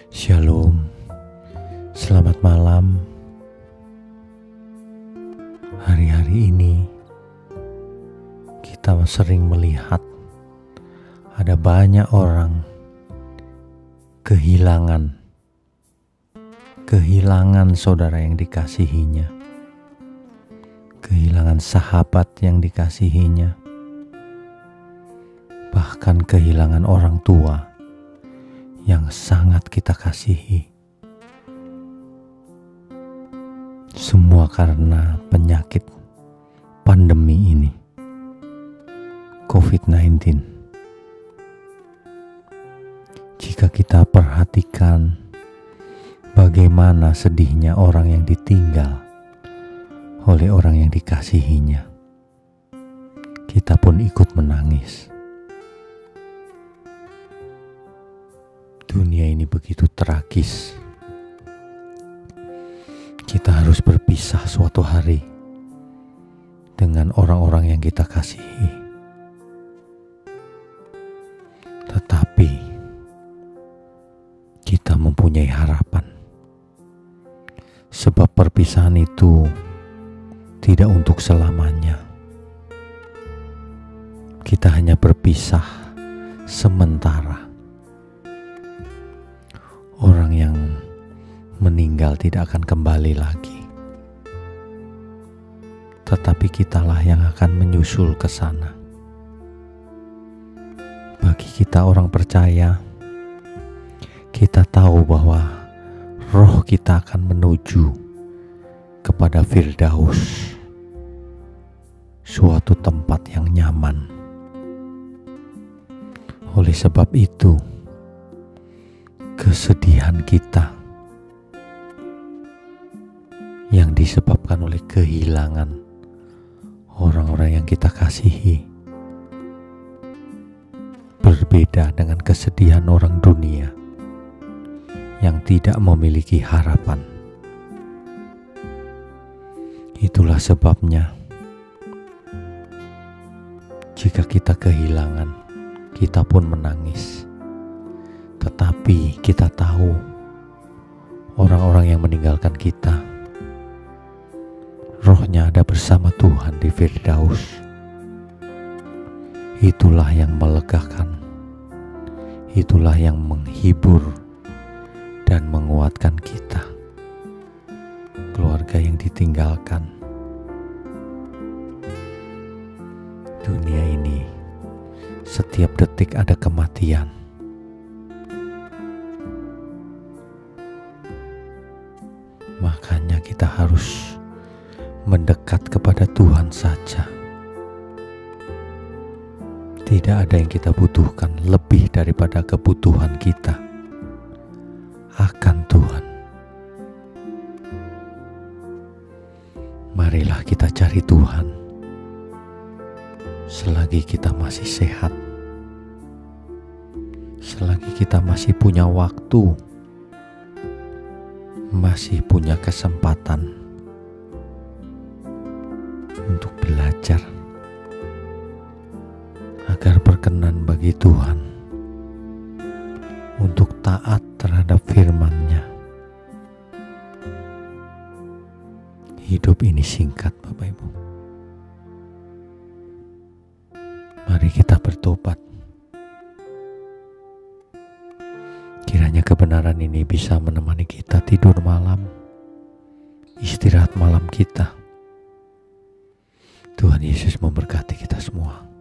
Shalom, selamat malam. Hari-hari ini kita sering melihat ada banyak orang kehilangan saudara yang dikasihinya, kehilangan sahabat yang dikasihinya, bahkan kehilangan orang tua yang sangat kita kasihi. Semua karena penyakit pandemi ini, COVID-19. Jika kita perhatikan bagaimana sedihnya orang yang ditinggal oleh orang yang dikasihinya, kita pun ikut menangis. Dunia ini begitu tragis. Kita harus berpisah suatu hari dengan orang-orang yang kita kasihi. Tetapi kita mempunyai harapan. Sebab perpisahan itu tidak untuk selamanya. Kita hanya berpisah sementara. Orang yang meninggal tidak akan kembali lagi, tetapi kitalah yang akan menyusul ke sana. Bagi kita orang percaya, kita tahu bahwa roh kita akan menuju kepada Firdaus, suatu tempat yang nyaman. Oleh sebab itu, kesedihan kita yang disebabkan oleh kehilangan orang-orang yang kita kasihi berbeda dengan kesedihan orang dunia yang tidak memiliki harapan. Itulah sebabnya jika kita kehilangan, kita pun menangis. Tetapi kita tahu orang-orang yang meninggalkan kita, rohnya ada bersama Tuhan di Firdaus. Itulah yang melegakan, itulah yang menghibur dan menguatkan kita, keluarga yang ditinggalkan. Dunia ini setiap detik ada kematian. Makanya kita harus mendekat kepada Tuhan saja. Tidak ada yang kita butuhkan lebih daripada kebutuhan kita akan Tuhan. Marilah kita cari Tuhan selagi kita masih sehat, selagi kita masih punya waktu, masih punya kesempatan untuk belajar agar berkenan bagi Tuhan, untuk taat terhadap firman-Nya. Hidup ini singkat, Bapak Ibu. Mari kita bertobat. Kiranya kebenaran ini bisa menemani kita tidur malam, istirahat malam kita. Tuhan Yesus memberkati kita semua.